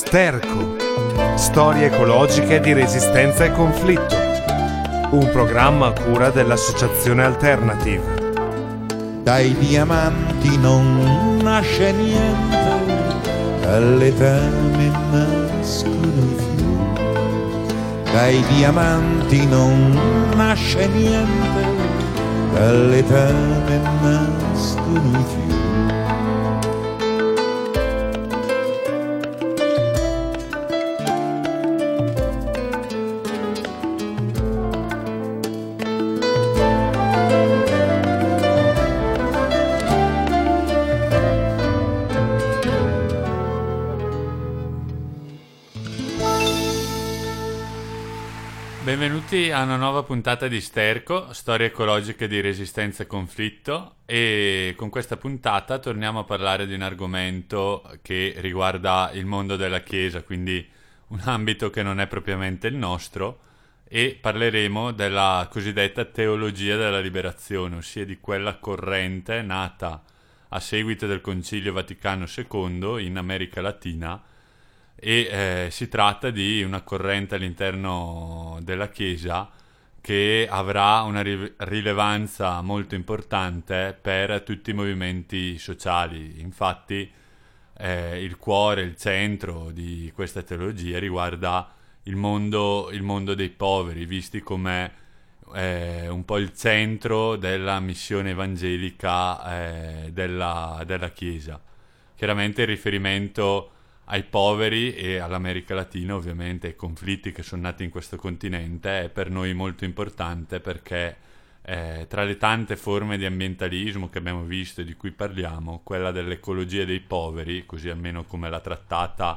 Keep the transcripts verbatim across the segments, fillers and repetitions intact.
Sterco, storie ecologiche di resistenza e conflitto, un programma a cura dell'Associazione Alternative. Dai diamanti non nasce niente, dalle tane nascono i fiori. Dai diamanti non nasce niente, dalle tane nascono i fiori. Benvenuti a una nuova puntata di Sterco, storie ecologiche di resistenza e conflitto, e con questa puntata torniamo a parlare di un argomento che riguarda il mondo della Chiesa, quindi un ambito che non è propriamente il nostro, e parleremo della cosiddetta teologia della liberazione, ossia di quella corrente nata a seguito del Concilio Vaticano secondo in America Latina. E eh, si tratta di una corrente all'interno della Chiesa che avrà una ri- rilevanza molto importante per tutti i movimenti sociali. Infatti eh, il cuore, il centro di questa teologia riguarda il mondo, il mondo dei poveri, visti come eh, un po' il centro della missione evangelica eh, della, della Chiesa. Chiaramente il riferimento ai poveri e all'America Latina, ovviamente, ai conflitti che sono nati in questo continente, è per noi molto importante perché eh, tra le tante forme di ambientalismo che abbiamo visto e di cui parliamo, quella dell'ecologia dei poveri, così almeno come l'ha trattata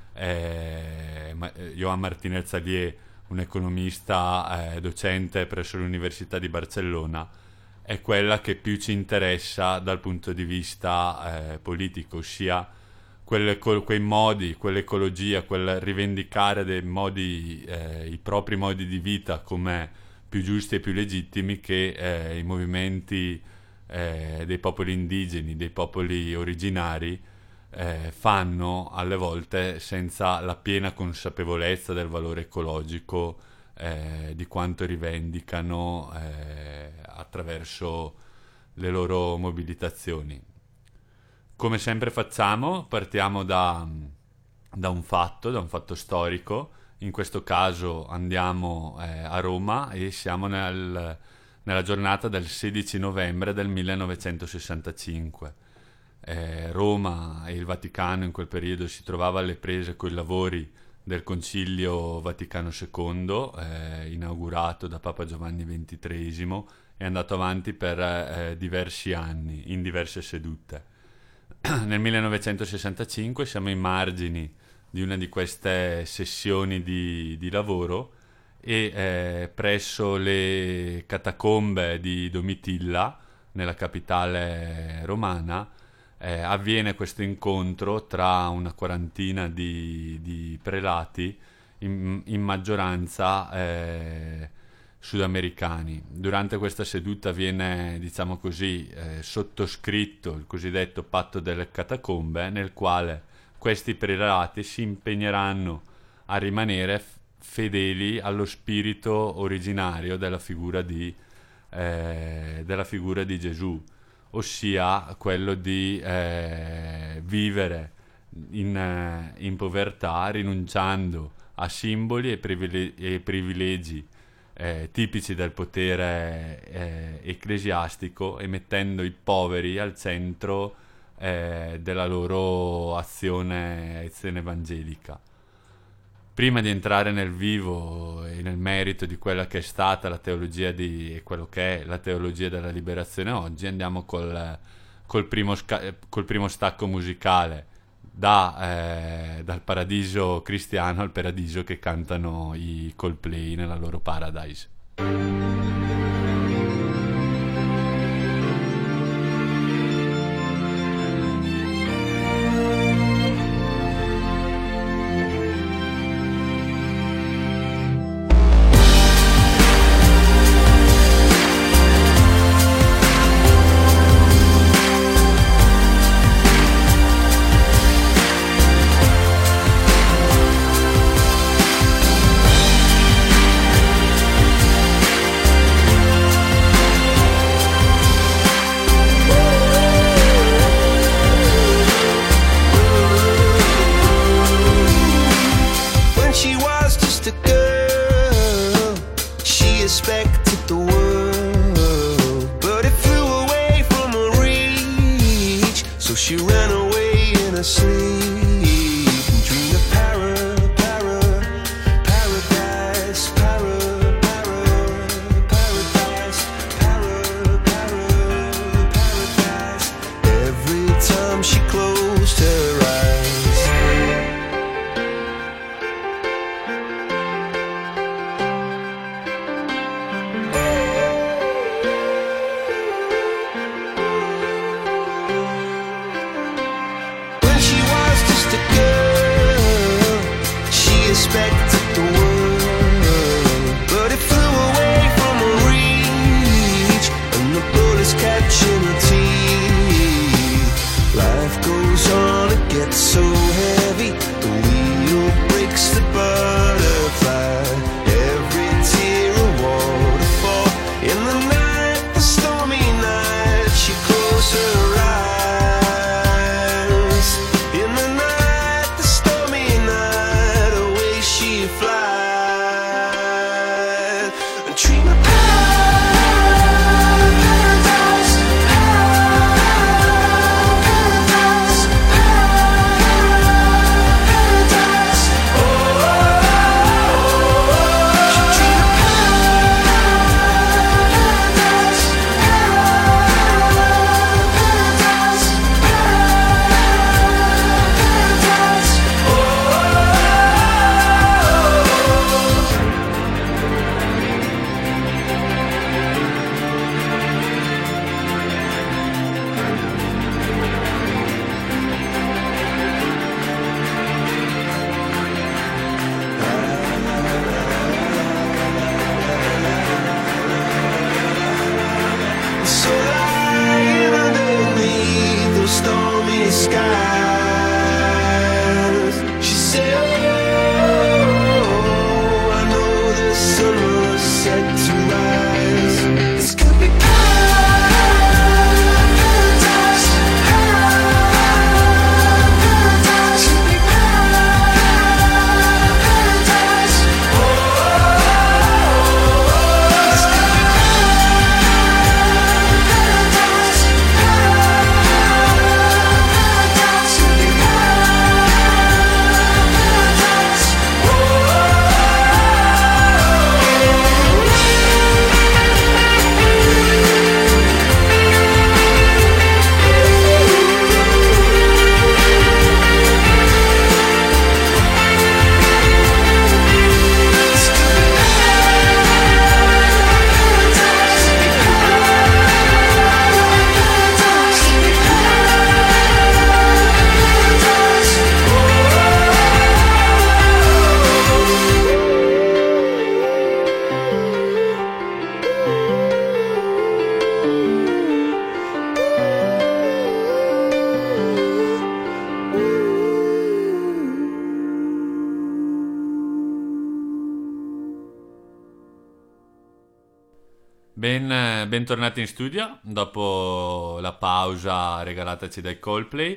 eh, Joan Martínez Salier, un economista eh, docente presso l'Università di Barcellona, è quella che più ci interessa dal punto di vista eh, politico, ossia Quelle, quei modi, quell'ecologia, quel rivendicare dei modi, eh, i propri modi di vita come più giusti e più legittimi che eh, i movimenti eh, dei popoli indigeni, dei popoli originari eh, fanno alle volte senza la piena consapevolezza del valore ecologico eh, di quanto rivendicano eh, attraverso le loro mobilitazioni. Come sempre facciamo, partiamo da, da un fatto, da un fatto storico. In questo caso andiamo eh, a Roma e siamo nel, nella giornata del sedici novembre del millenovecentosessantacinque. Eh, Roma e il Vaticano in quel periodo si trovava alle prese con i lavori del Concilio Vaticano secondo, eh, inaugurato da Papa Giovanni ventitreesimo, e andato avanti per eh, diversi anni, in diverse sedute. Nel millenovecentosessantacinque siamo ai margini di una di queste sessioni di, di lavoro e eh, presso le catacombe di Domitilla, nella capitale romana, eh, avviene questo incontro tra una quarantina di, di prelati, in, in maggioranza eh, sudamericani. Durante questa seduta viene, diciamo così, eh, sottoscritto il cosiddetto patto delle catacombe, nel quale questi prelati si impegneranno a rimanere f- fedeli allo spirito originario della figura di, eh, della figura di Gesù, ossia quello di eh, vivere in, eh, in povertà, rinunciando a simboli e, privile- e privilegi Eh, tipici del potere eh, ecclesiastico, e mettendo i poveri al centro eh, della loro azione, azione evangelica. Prima di entrare nel vivo e nel merito di quella che è stata la teologia di, e quello che è la teologia della liberazione oggi, andiamo col, col, primo, sca- col primo stacco musicale Da, eh, dal paradiso cristiano al paradiso che cantano i Coldplay nella loro Paradise. just a girl. She expected the world, but it flew away from her reach, and the bullets catching her teeth. Life goes on, it gets so heavy. The wheel breaks the butterfly. Every tear a waterfall. In the night, the stormy night, she closed her eyes. In the night, the stormy night, away she flies. And dream of paradise, paradise, paradise. Oh, she dream of paradise, paradise, paradise. So lying underneath those stormy skies, she said, oh, I know the sun was set to rise. This could be paradise, paradise, could be paradise. Oh, this could be paradise, paradise, could be paradise. Ben, eh, bentornati in studio dopo la pausa regalataci dai Coldplay.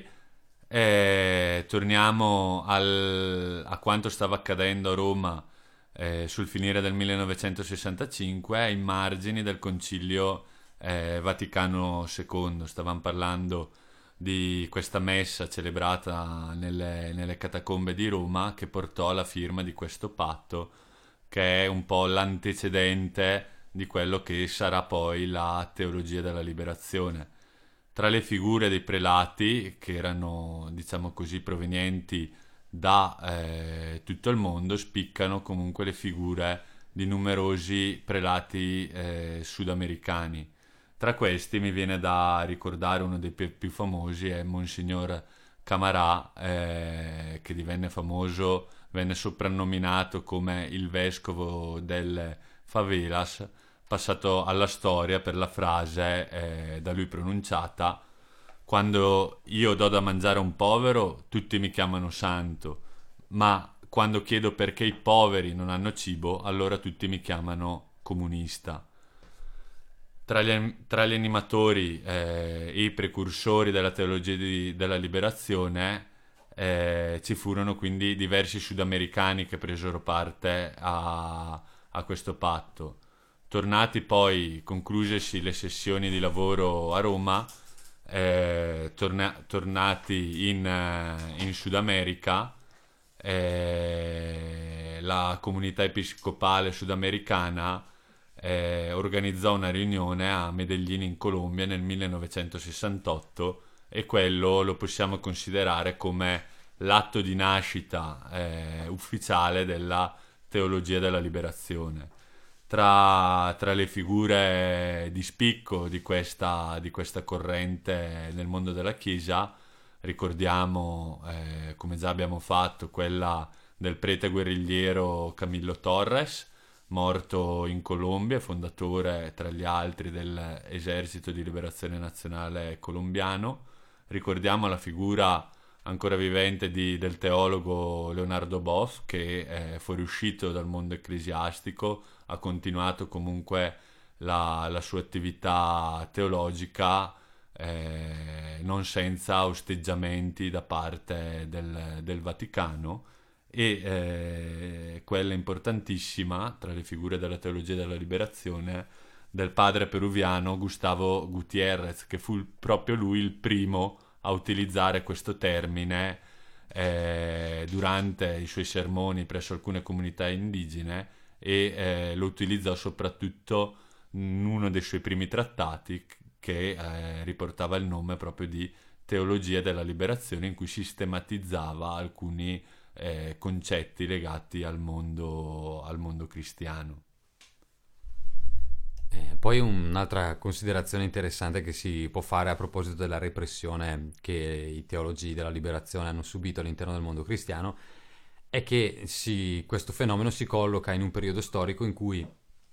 Eh, torniamo al- a quanto stava accadendo a Roma eh, sul finire del millenovecentosessantacinque, ai margini del Concilio eh, Vaticano secondo. Stavamo parlando di questa messa celebrata nelle, nelle catacombe di Roma, che portò alla firma di questo patto, che è un po' l'antecedente di quello che sarà poi la teologia della liberazione. Tra le figure dei prelati, che erano, diciamo così, provenienti da eh, tutto il mondo, spiccano comunque le figure di numerosi prelati eh, sudamericani. Tra questi mi viene da ricordare uno dei più, più famosi, è Monsignor Camarà, eh, che divenne famoso, venne soprannominato come il vescovo delle favelas, passato alla storia per la frase eh, da lui pronunciata: quando io do da mangiare a un povero, tutti mi chiamano santo, ma quando chiedo perché i poveri non hanno cibo, allora tutti mi chiamano comunista. Tra gli, tra gli animatori eh, e i precursori della teologia di- della liberazione eh, ci furono quindi diversi sudamericani che presero parte a, a questo patto. Tornati poi, conclusesi le sessioni di lavoro a Roma, eh, torna- tornati in, eh, in Sud America, eh, la comunità episcopale sudamericana eh, organizzò una riunione a Medellín in Colombia nel millenovecentosessantotto, e quello lo possiamo considerare come l'atto di nascita eh, ufficiale della teologia della liberazione. Tra, tra le figure di spicco di questa, di questa corrente nel mondo della Chiesa ricordiamo eh, come già abbiamo fatto, quella del prete guerrigliero Camilo Torres, morto in Colombia, fondatore tra gli altri dell'Esercito di Liberazione Nazionale colombiano. Ricordiamo la figura ancora vivente di, del teologo Leonardo Boff, che è fuoriuscito dal mondo ecclesiastico, ha continuato comunque la, la sua attività teologica, eh, non senza osteggiamenti da parte del, del Vaticano, e eh, quella importantissima tra le figure della teologia della liberazione del padre peruviano Gustavo Gutiérrez, che fu proprio lui il primo a utilizzare questo termine eh, durante i suoi sermoni presso alcune comunità indigene, e eh, lo utilizzò soprattutto in uno dei suoi primi trattati che eh, riportava il nome proprio di Teologia della Liberazione, in cui sistematizzava alcuni eh, concetti legati al mondo, al mondo cristiano. Eh, poi un'altra considerazione interessante che si può fare a proposito della repressione che i teologi della liberazione hanno subito all'interno del mondo cristiano è che si, questo fenomeno si colloca in un periodo storico in cui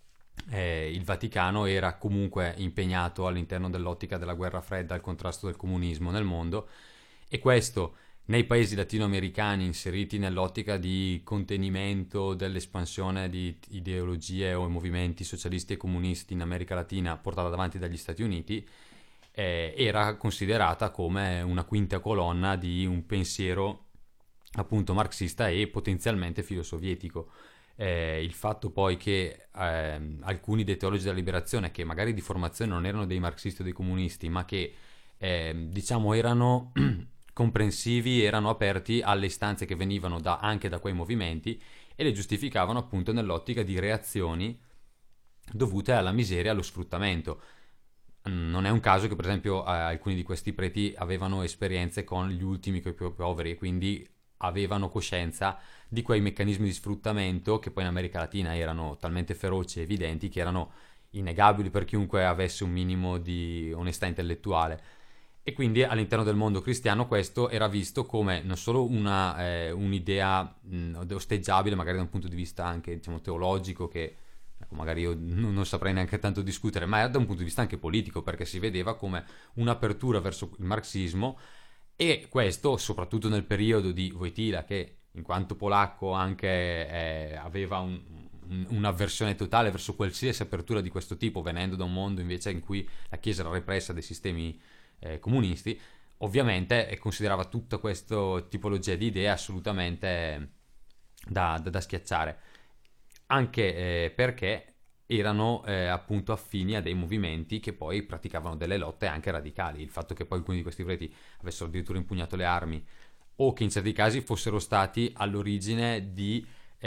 eh, il Vaticano era comunque impegnato all'interno dell'ottica della guerra fredda al contrasto del comunismo nel mondo, e questo nei paesi latinoamericani inseriti nell'ottica di contenimento dell'espansione di ideologie o movimenti socialisti e comunisti in America Latina portata avanti dagli Stati Uniti, eh, era considerata come una quinta colonna di un pensiero appunto marxista e potenzialmente filosovietico. Eh, il fatto poi che eh, alcuni dei teologi della liberazione, che magari di formazione non erano dei marxisti o dei comunisti, ma che eh, diciamo erano comprensivi, erano aperti alle istanze che venivano da, anche da quei movimenti, e le giustificavano appunto nell'ottica di reazioni dovute alla miseria e allo sfruttamento. Non è un caso che per esempio eh, alcuni di questi preti avevano esperienze con gli ultimi, con i più poveri, e quindi avevano coscienza di quei meccanismi di sfruttamento che poi in America Latina erano talmente feroci e evidenti che erano innegabili per chiunque avesse un minimo di onestà intellettuale. E quindi all'interno del mondo cristiano questo era visto come non solo una, eh, un'idea mh, osteggiabile, magari da un punto di vista anche diciamo teologico, che ecco, magari io non, non saprei neanche tanto discutere, ma era da un punto di vista anche politico, perché si vedeva come un'apertura verso il marxismo. E questo soprattutto nel periodo di Wojtyla, che in quanto polacco anche eh, aveva un, un, un'avversione totale verso qualsiasi apertura di questo tipo, venendo da un mondo invece in cui la Chiesa era repressa dai sistemi eh, comunisti, ovviamente eh, considerava tutta questa tipologia di idee assolutamente da, da, da schiacciare, anche eh, perché erano eh, appunto affini a dei movimenti che poi praticavano delle lotte anche radicali. Il fatto che poi alcuni di questi preti avessero addirittura impugnato le armi, o che in certi casi fossero stati all'origine di,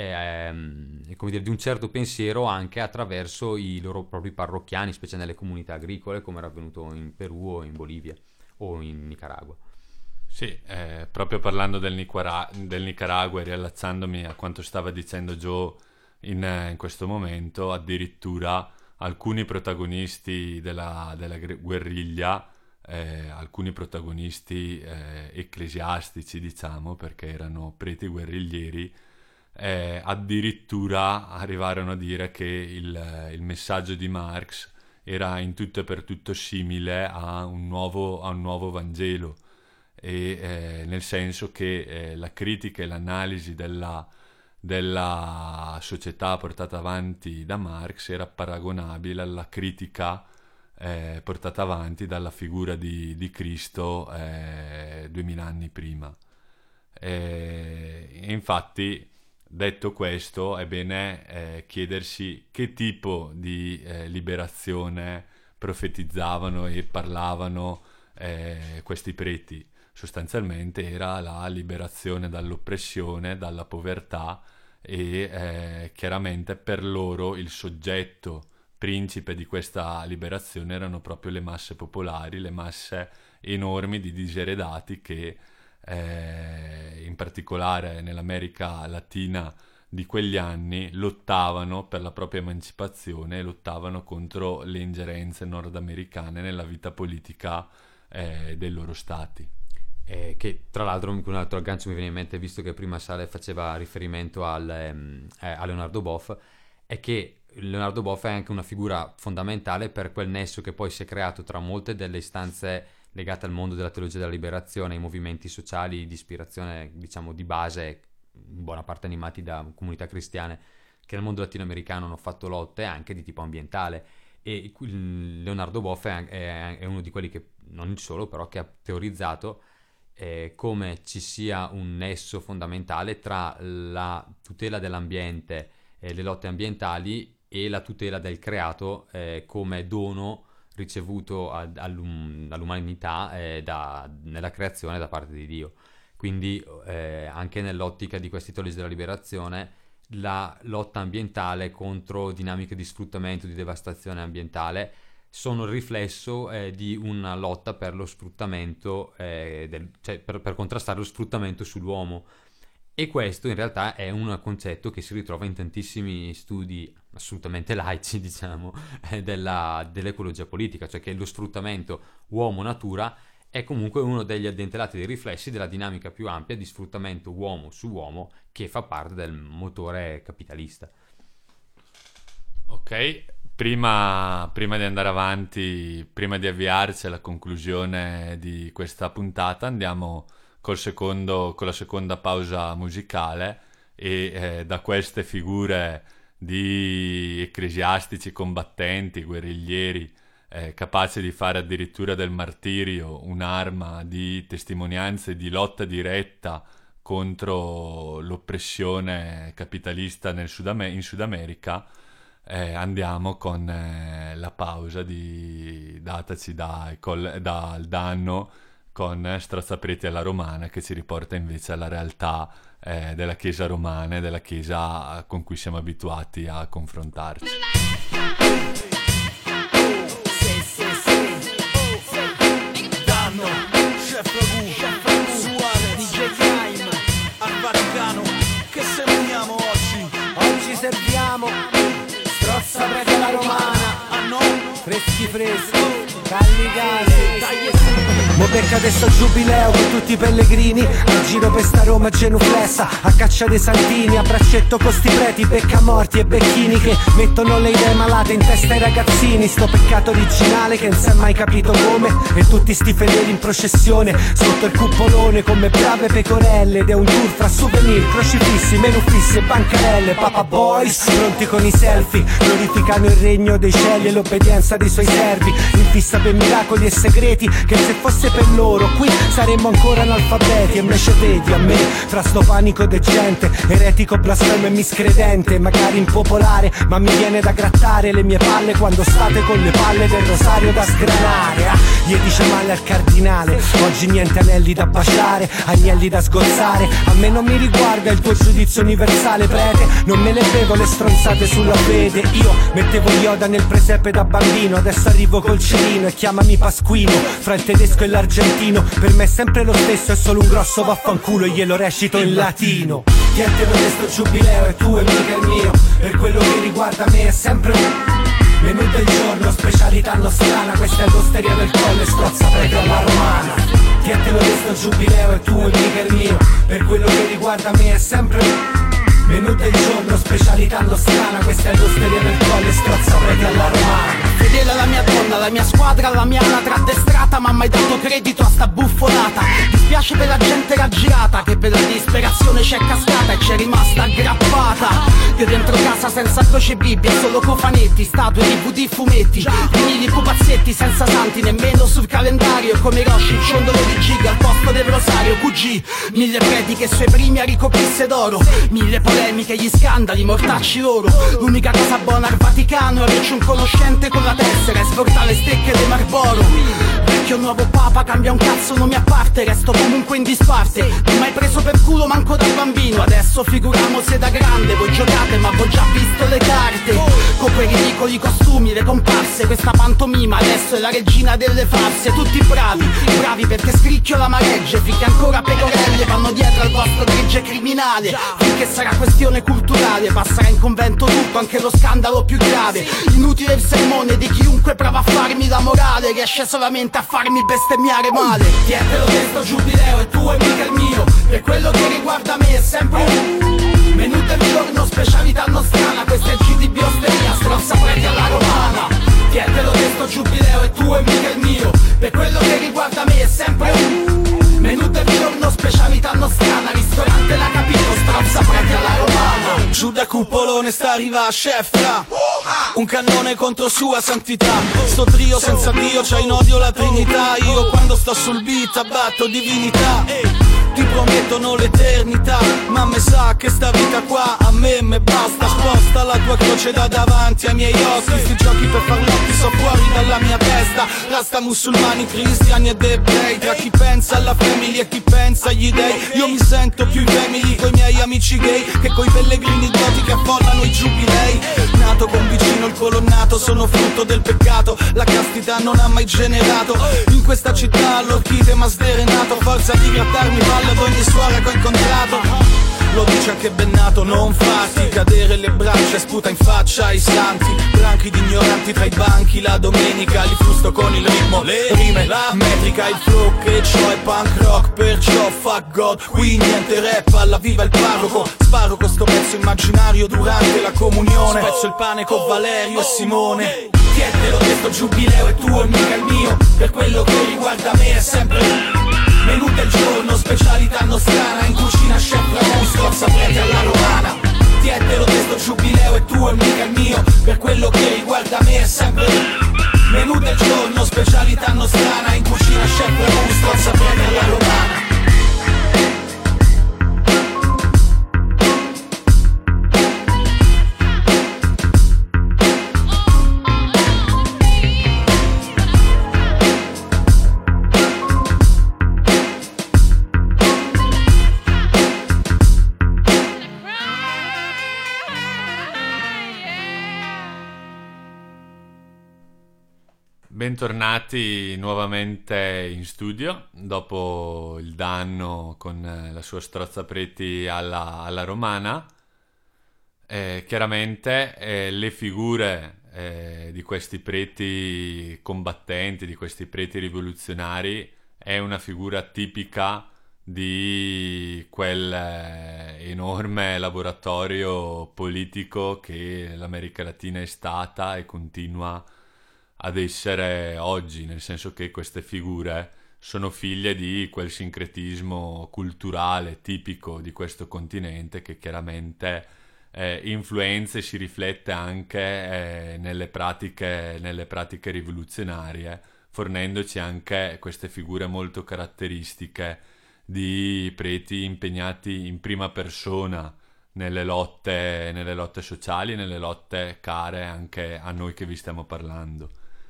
ehm, come dire, di un certo pensiero anche attraverso i loro propri parrocchiani, specie nelle comunità agricole, come era avvenuto in Perù o in Bolivia o in Nicaragua. Sì, eh, proprio parlando del, Nicara- del Nicaragua e riallacciandomi a quanto stava dicendo Joe in, in questo momento, addirittura alcuni protagonisti della, della guerriglia, eh, alcuni protagonisti eh, ecclesiastici, diciamo, perché erano preti guerriglieri, eh, addirittura arrivarono a dire che il, il messaggio di Marx era in tutto e per tutto simile a un nuovo, a un nuovo Vangelo, e eh, nel senso che eh, la critica e l'analisi della della società portata avanti da Marx era paragonabile alla critica eh, portata avanti dalla figura di, di Cristo eh, duemila anni prima. E, e infatti, detto questo, è bene eh, chiedersi che tipo di eh, liberazione profetizzavano e parlavano eh, questi preti. Sostanzialmente era la liberazione dall'oppressione, dalla povertà, e eh, chiaramente per loro il soggetto principe di questa liberazione erano proprio le masse popolari, le masse enormi di diseredati che eh, in particolare nell'America Latina di quegli anni lottavano per la propria emancipazione e lottavano contro le ingerenze nordamericane nella vita politica eh, dei loro stati. eh, che tra l'altro un altro aggancio mi viene in mente, visto che prima Sale faceva riferimento al, ehm, eh, a Leonardo Boff, è che Leonardo Boff è anche una figura fondamentale per quel nesso che poi si è creato tra molte delle istanze legate al mondo della teologia della liberazione, i movimenti sociali di ispirazione, diciamo, di base, in buona parte animati da comunità cristiane, che nel mondo latinoamericano hanno fatto lotte anche di tipo ambientale. E Leonardo Boff è, è, è uno di quelli che, non il solo, però che ha teorizzato eh, come ci sia un nesso fondamentale tra la tutela dell'ambiente, eh, le lotte ambientali e la tutela del creato eh, come dono ricevuto ad, all'um, all'umanità eh, da, nella creazione da parte di Dio. Quindi eh, anche nell'ottica di questi teologi della liberazione, la lotta ambientale contro dinamiche di sfruttamento, di devastazione ambientale sono il riflesso eh, di una lotta per lo sfruttamento, eh, del, cioè per, per contrastare lo sfruttamento sull'uomo. E questo in realtà è un concetto che si ritrova in tantissimi studi assolutamente laici, diciamo, eh, della, dell'ecologia politica, cioè che lo sfruttamento uomo-natura è comunque uno degli addentellati, dei riflessi della dinamica più ampia di sfruttamento uomo su uomo che fa parte del motore capitalista. Ok, prima, prima di andare avanti, prima di avviarci alla conclusione di questa puntata, andiamo col secondo, con la seconda pausa musicale e eh, da queste figure di ecclesiastici combattenti, guerriglieri, eh, capaci di fare addirittura del martirio un'arma di testimonianza e di lotta diretta contro l'oppressione capitalista nel Sud Am- in Sud America, eh, andiamo con eh, la pausa di, dataci dal da, da danno con Strozzapreti alla Romana, che ci riporta invece alla realtà eh, della Chiesa romana e della Chiesa con cui siamo abituati a confrontarci. Sì, sì, sì. Danno, Chef Ragù, Suave, D J Time, al Vaticano. Che sembriamo oggi? Oggi serviamo Strozzapreti alla Romana. Ah no? Freschi freschi, calli calli, dai su. Mo beccate sto giubileo con tutti i pellegrini, al giro per sta Roma genuflessa, a caccia dei santini, a braccetto con sti preti, becca morti e becchini che mettono le idee malate in testa ai ragazzini. Sto peccato originale che non si è mai capito come, e tutti sti fedeli in processione sotto il cupolone come brave pecorelle, ed è un tour fra souvenir, crocifissi, menù fissi e bancarelle. Papa Boys pronti con i selfie, glorificano il regno dei cieli e l'obbedienza dei suoi servi, in fissa per miracoli e segreti che se fosse per loro qui saremmo ancora analfabeti. E invece vedi a me, fra sto panico decente, eretico, blasfemo e miscredente, magari impopolare, ma mi viene da grattare le mie palle quando state con le palle del rosario da sgranare. Ah, gli dice male al cardinale, oggi niente anelli da baciare, agnelli da sgozzare. A me non mi riguarda il tuo giudizio universale, prete, non me le bevo le stronzate sulla fede. Io mettevo Yoda nel presepe da bambino, adesso arrivo col cerino e chiamami Pasquino. Fra il tedesco e l'argentino, per me è sempre lo stesso, è solo un grosso vaffanculo e glielo recito in latino. Niente per questo giubileo è tuo e mica il mio, per quello che riguarda me è sempre un menù del giorno, specialità nostrana, questa è l'osteria del Colle, Strozzapreti alla Romana. Niente per questo giubileo è tuo e mica il mio, per quello che riguarda me è sempre un menù del giorno, specialità nostrana, questa è l'osteria del Colle, Strozzapreti alla Romana. Fedele alla mia donna, alla mia squadra, alla mia anatra addestrata, ma mai dato credito a sta buffonata. Dispiace per la gente raggirata che per la disperazione c'è cascata e c'è rimasta aggrappata. Io dentro casa senza croce e Bibbia, solo cofanetti, statue, D V D, fumetti, vinili, pupazzetti, senza santi nemmeno sul calendario. Come Roshi, il ciondolo di giga al posto del rosario. Q G, mille prediche sui primi a ricoprisse d'oro, mille polemiche, gli scandali, mortacci loro. L'unica cosa buona al Vaticano è averci un conoscente con la tessera e svoltare le stecche dei Marlboro. Vecchio nuovo papa, cambia un cazzo, non mi apparte, resto comunque in disparte. Non mai preso per culo manco da bambino, adesso adesso figuriamoci da grande. Voi giocate ma voi già visto le carte, con quei ridicoli costumi, le comparse. Questa pantomima adesso è la regina delle farse. Tutti bravi, bravi perché scricchio la mareggia, finché ancora pecorelle vanno dietro al vostro gregge criminale. Finché sarà questione culturale, passerà in convento tutto, anche lo scandalo più grave. Inutile il sermone di chiunque prova a farmi la morale, riesce solamente a farmi bestemmiare male. Tientelo questo giubileo è tuo e mica il mio, per quello che riguarda me è sempre un menù del giorno, specialità nostrana. Questa è G D B osteria, strozza preti alla romana. Tientelo questo giubileo è tuo e mica il mio, per quello che riguarda me è sempre un menù del giorno, specialità nostrana. Ristorante La Capito, strozza preti alla romana. Giù da cupolone sta arriva chef fra un cannone contro sua santità. Sto trio senza Dio c'ha in odio la Trinità. Io quando sto sul beat abbatto divinità. Ti promettono l'eternità, ma me sa che sta vita qua a me me basta. Sposta la tua croce da davanti ai miei occhi. Sti giochi per farlotti so fuori dalla mia testa. Rasta musulmani, cristiani ed ebrei, tra chi pensa alla famiglia e chi pensa agli dei. Io mi sento più family coi miei amici gay che coi pellegrini idioti che affollano i giubilei. Nato con vicino il colonnato, sono frutto del peccato. La castità non ha mai generato in questa città l'orchite m'ha sdrenato. Forza di grattarmi palle ad ogni suora che ho incontrato. Lo dice anche Bennato, non farti cadere le braccia e sputa in faccia ai santi. Branchi di ignoranti tra i banchi la domenica, li frusto con il ritmo, le rime, la metrica, il flow che c'ho è punk rock, perciò fuck God. Qui niente rap, alla viva il parroco. Sparo con sto pezzo immaginario durante la comunione. Spezzo il pane con Valerio e Simone. Tientelo questo giubileo è tuo e mica il mio, per quello che riguarda me è sempre menù del giorno, specialità nostrana. In cucina chef Ramus, strozza preti alla romana. Tientelo questo giubileo è tuo e mica il mio, per quello che riguarda me è sempre menù del giorno, specialità nostrana. In cucina chef Ramus, strozza preti alla romana. Bentornati nuovamente in studio dopo il danno con la sua strozzapreti alla, alla romana. Eh, chiaramente eh, le figure eh, di questi preti combattenti, di questi preti rivoluzionari, è una figura tipica di quel eh, enorme laboratorio politico che l'America Latina è stata e continua ad essere oggi, nel senso che queste figure sono figlie di quel sincretismo culturale tipico di questo continente che chiaramente eh, influenza e si riflette anche eh, nelle pratiche, nelle pratiche rivoluzionarie, fornendoci anche queste figure molto caratteristiche di preti impegnati in prima persona nelle lotte, nelle lotte sociali e nelle lotte care anche a noi che vi stiamo parlando.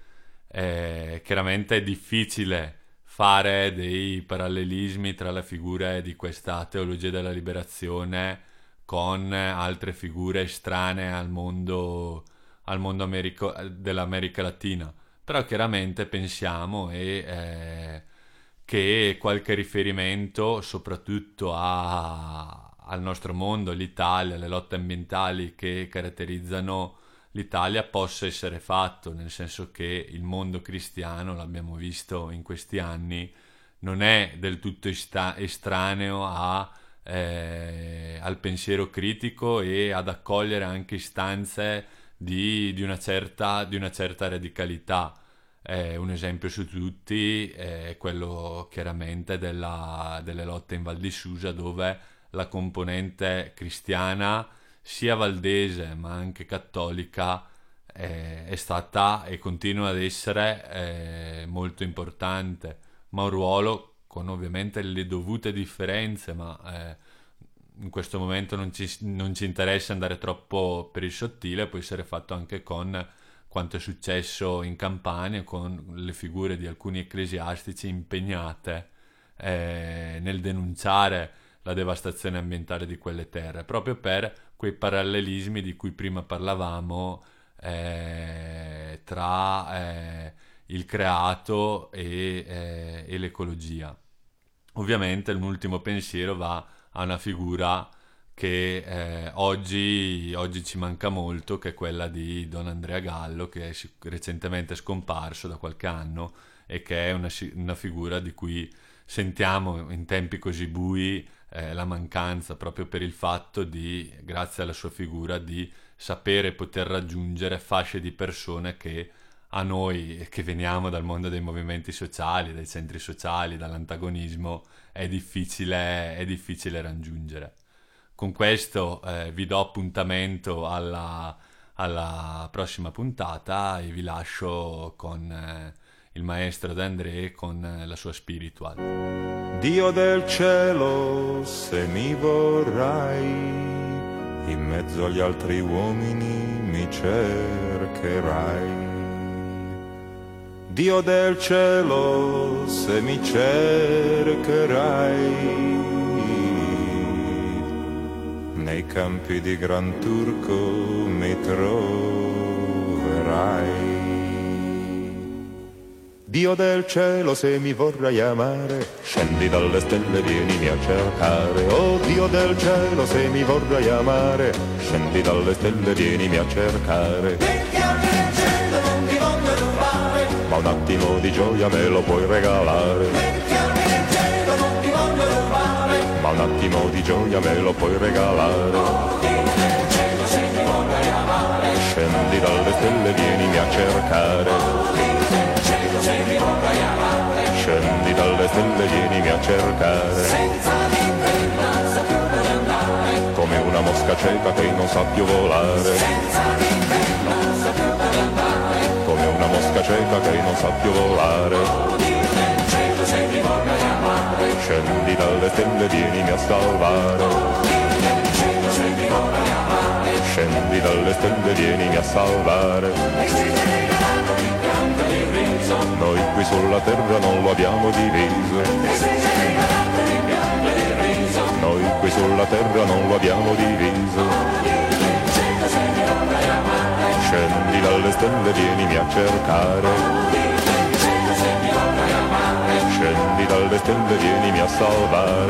Eh, chiaramente è difficile fare dei parallelismi tra le figure di questa teologia della liberazione con altre figure estranee al mondo, al mondo Americo, dell'America Latina, però chiaramente pensiamo e, eh, che qualche riferimento soprattutto a, al nostro mondo, l'Italia, le lotte ambientali che caratterizzano l'Italia possa essere fatto, nel senso che il mondo cristiano, l'abbiamo visto in questi anni, non è del tutto esta- estraneo a, eh, al pensiero critico e ad accogliere anche istanze di, di, una, certa, di una certa radicalità. Eh, un esempio su tutti è quello chiaramente della, delle lotte in Val di Susa, dove la componente cristiana sia valdese ma anche cattolica eh, è stata e continua ad essere eh, molto importante, ma un ruolo con ovviamente le dovute differenze, ma eh, in questo momento non ci, non ci interessa andare troppo per il sottile, può essere fatto anche con quanto è successo in Campania, con le figure di alcuni ecclesiastici impegnate eh, nel denunciare la devastazione ambientale di quelle terre, proprio per quei parallelismi di cui prima parlavamo eh, tra eh, il creato e, eh, e l'ecologia. Ovviamente l'ultimo pensiero va a una figura che eh, oggi, oggi ci manca molto, che è quella di Don Andrea Gallo, che è recentemente scomparso da qualche anno e che è una, una figura di cui sentiamo in tempi così bui eh, la mancanza, proprio per il fatto di, grazie alla sua figura, di sapere poter raggiungere fasce di persone che a noi, che veniamo dal mondo dei movimenti sociali, dai centri sociali, dall'antagonismo, è difficile, è difficile raggiungere. Con questo eh, vi do appuntamento alla, alla prossima puntata e vi lascio con eh, il maestro D'André con eh, la sua spiritual. Dio del cielo, se mi vorrai, in mezzo agli altri uomini mi cercherai. Dio del cielo, se mi cercherai, nei campi di Gran Turco mi troverai. Dio del cielo, se mi vorrai amare, scendi dalle stelle, vienimi a cercare. Oh Dio del cielo, se mi vorrai amare, scendi dalle stelle, vienimi a cercare. Perché nel cielo non mi voglio rubare, ma un attimo di gioia me lo puoi regalare. Perché nel cielo non mi voglio rubare, ma un attimo di gioia me lo puoi regalare. Oh Dio del cielo, se mi vorrai amare, scendi dalle stelle, vienimi a cercare. Oh Dio del cielo, se mi vorrai amare, scendi dalle stelle, vienimi a cercare. Senza vivere non so più dove andare, come una mosca cieca che non sa più volare. Senza vivere non so più dove andare, come una mosca cieca che non sa più volare. Oh Dio del cielo, se mi vorrai amare, scendi dalle stelle, vienimi a salvare. Oh Dio del cielo, se mi vorrai amare, scendi dalle stelle, vienimi a salvare. Noi qui sulla terra non lo abbiamo diviso, noi qui sulla terra non lo abbiamo diviso. Scendi dalle stelle, vienimi a cercare. Scendi dalle stelle, vienimi a salvare.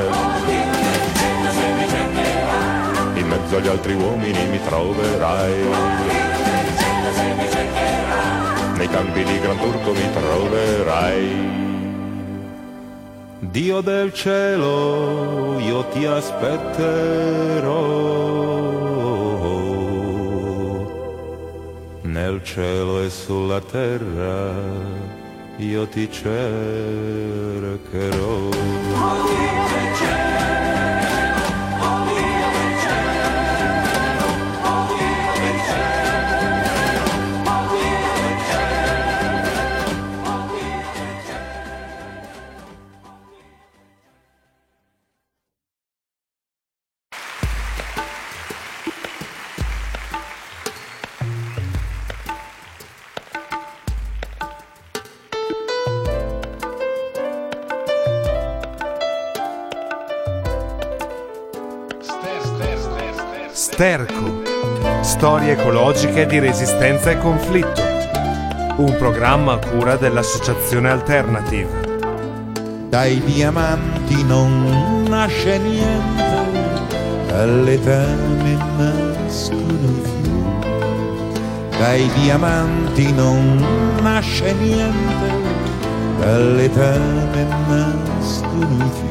In mezzo agli altri uomini mi troverai, nei campi di Gran Turco mi troverai. Dio del cielo, io ti aspetterò, nel cielo e sulla terra io ti cercherò. Sterco, storie ecologiche di resistenza e conflitto, un programma a cura dell'associazione Alternative. Dai diamanti non nasce niente, alle tane nascono i fiori. Dai diamanti non nasce niente, alle tane nascono i fiori.